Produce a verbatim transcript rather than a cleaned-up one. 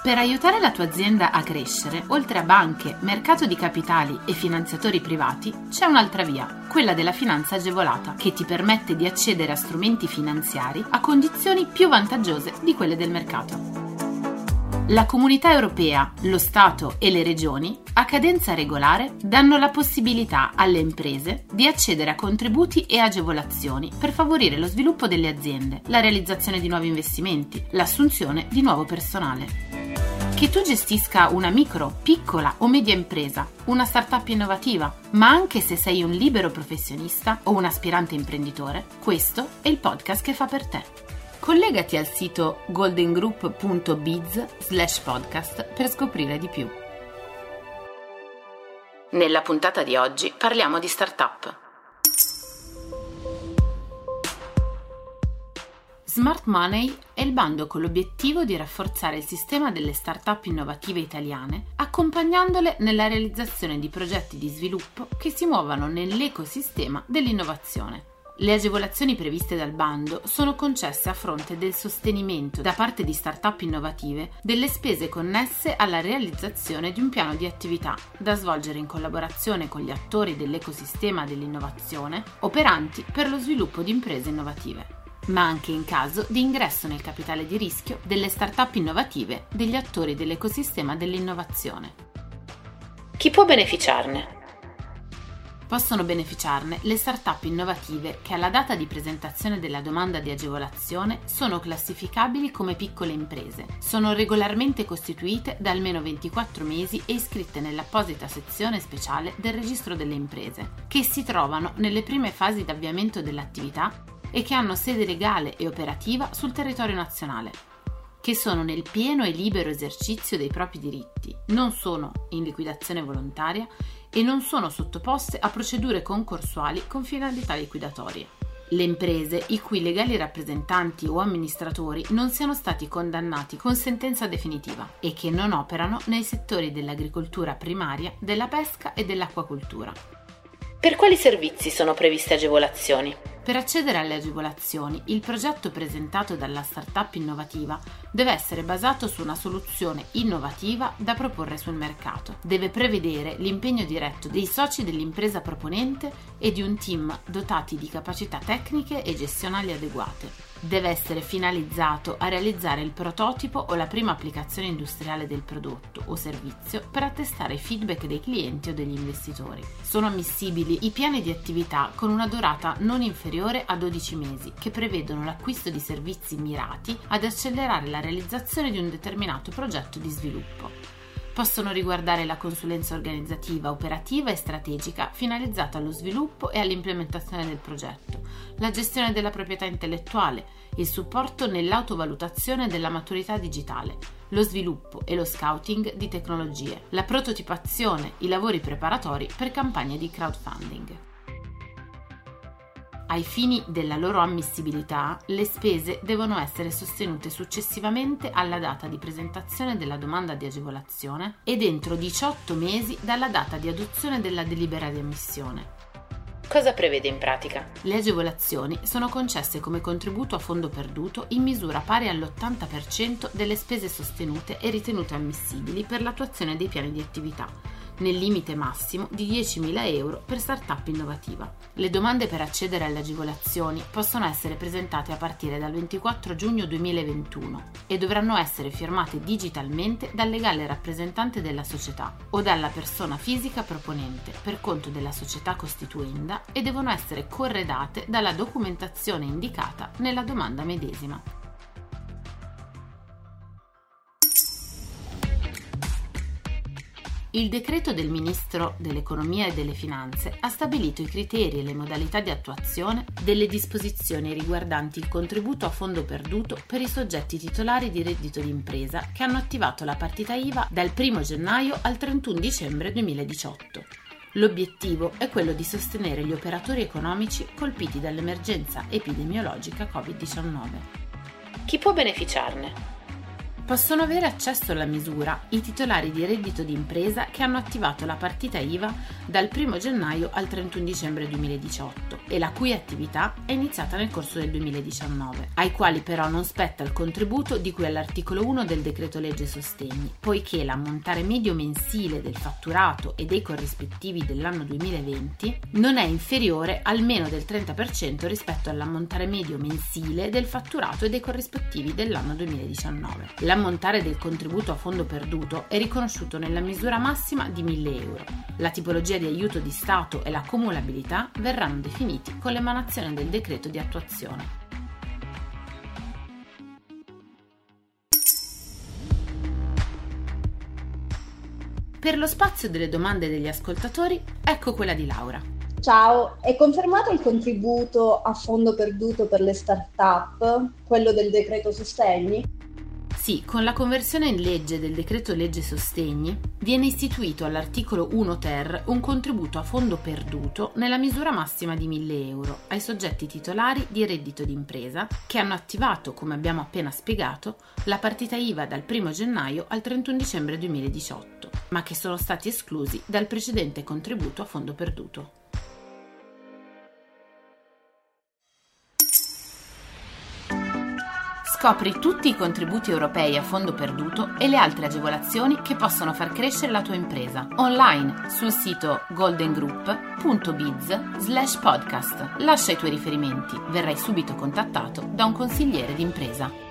Per aiutare la tua azienda a crescere, oltre a banche, mercato di capitali e finanziatori privati, c'è un'altra via, quella della finanza agevolata, che ti permette di accedere a strumenti finanziari a condizioni più vantaggiose di quelle del mercato. La Comunità Europea, lo Stato e le Regioni, a cadenza regolare, danno la possibilità alle imprese di accedere a contributi e agevolazioni per favorire lo sviluppo delle aziende, la realizzazione di nuovi investimenti, l'assunzione di nuovo personale. Che tu gestisca una micro, piccola o media impresa, una startup innovativa, ma anche se sei un libero professionista o un aspirante imprenditore, questo è il podcast che fa per te. Collegati al sito goldengroup punto biz slash podcast per scoprire di più. Nella puntata di oggi parliamo di startup. Smart Money è il bando con l'obiettivo di rafforzare il sistema delle start-up innovative italiane, accompagnandole nella realizzazione di progetti di sviluppo che si muovano nell'ecosistema dell'innovazione. Le agevolazioni previste dal bando sono concesse a fronte del sostenimento da parte di start-up innovative delle spese connesse alla realizzazione di un piano di attività da svolgere in collaborazione con gli attori dell'ecosistema dell'innovazione operanti per lo sviluppo di imprese innovative, ma anche in caso di ingresso nel capitale di rischio delle start-up innovative degli attori dell'ecosistema dell'innovazione. Chi può beneficiarne? Possono beneficiarne le start-up innovative che alla data di presentazione della domanda di agevolazione sono classificabili come piccole imprese, sono regolarmente costituite da almeno ventiquattro mesi e iscritte nell'apposita sezione speciale del registro delle imprese, che si trovano nelle prime fasi di avviamento dell'attività e che hanno sede legale e operativa sul territorio nazionale, che sono nel pieno e libero esercizio dei propri diritti, non sono in liquidazione volontaria e non sono sottoposte a procedure concorsuali con finalità liquidatorie. Le imprese i cui legali rappresentanti o amministratori non siano stati condannati con sentenza definitiva e che non operano nei settori dell'agricoltura primaria, della pesca e dell'acquacoltura. Per quali servizi sono previste agevolazioni? Per accedere alle agevolazioni, il progetto presentato dalla startup innovativa deve essere basato su una soluzione innovativa da proporre sul mercato. Deve prevedere l'impegno diretto dei soci dell'impresa proponente e di un team dotati di capacità tecniche e gestionali adeguate. Deve essere finalizzato a realizzare il prototipo o la prima applicazione industriale del prodotto o servizio per attestare i feedback dei clienti o degli investitori. Sono ammissibili i piani di attività con una durata non inferiore a dodici mesi, che prevedono l'acquisto di servizi mirati ad accelerare la realizzazione di un determinato progetto di sviluppo. Possono riguardare la consulenza organizzativa, operativa e strategica finalizzata allo sviluppo e all'implementazione del progetto, la gestione della proprietà intellettuale, il supporto nell'autovalutazione della maturità digitale, lo sviluppo e lo scouting di tecnologie, la prototipazione, i lavori preparatori per campagne di crowdfunding. Ai fini della loro ammissibilità, le spese devono essere sostenute successivamente alla data di presentazione della domanda di agevolazione ed entro diciotto mesi dalla data di adozione della delibera di ammissione. Cosa prevede in pratica? Le agevolazioni sono concesse come contributo a fondo perduto in misura pari all'ottanta per cento delle spese sostenute e ritenute ammissibili per l'attuazione dei piani di attività, nel limite massimo di diecimila euro per startup innovativa. Le domande per accedere alle agevolazioni possono essere presentate a partire dal ventiquattro giugno duemilaventuno e dovranno essere firmate digitalmente dal legale rappresentante della società o dalla persona fisica proponente per conto della società costituenda e devono essere corredate dalla documentazione indicata nella domanda medesima. Il decreto del Ministro dell'Economia e delle Finanze ha stabilito i criteri e le modalità di attuazione delle disposizioni riguardanti il contributo a fondo perduto per i soggetti titolari di reddito d'impresa che hanno attivato la partita I V A dal primo gennaio al trentuno dicembre duemiladiciotto. L'obiettivo è quello di sostenere gli operatori economici colpiti dall'emergenza epidemiologica covid diciannove. Chi può beneficiarne? Possono avere accesso alla misura i titolari di reddito d'impresa che hanno attivato la partita I V A dal primo gennaio al trentuno dicembre duemiladiciotto e la cui attività è iniziata nel corso del duemiladiciannove, ai quali però non spetta il contributo di cui all'articolo uno del decreto legge sostegni, poiché l'ammontare medio mensile del fatturato e dei corrispettivi dell'anno duemilaventi non è inferiore almeno del trenta per cento rispetto all'ammontare medio mensile del fatturato e dei corrispettivi dell'anno duemiladiciannove. L'ammontare del contributo a fondo perduto è riconosciuto nella misura massima di mille euro. La tipologia di aiuto di Stato e la cumulabilità verranno definiti con l'emanazione del decreto di attuazione. Per lo spazio delle domande degli ascoltatori, ecco quella di Laura. Ciao, è confermato il contributo a fondo perduto per le start-up, quello del decreto sostegni? Sì, con la conversione in legge del decreto legge sostegni viene istituito all'articolo uno ter un contributo a fondo perduto nella misura massima di mille euro ai soggetti titolari di reddito d'impresa che hanno attivato, come abbiamo appena spiegato, la partita I V A dal primo gennaio al trentuno dicembre duemiladiciotto, ma che sono stati esclusi dal precedente contributo a fondo perduto. Scopri tutti i contributi europei a fondo perduto e le altre agevolazioni che possono far crescere la tua impresa online sul sito goldengroup punto biz slash podcast. Lascia i tuoi riferimenti, verrai subito contattato da un consigliere d'impresa.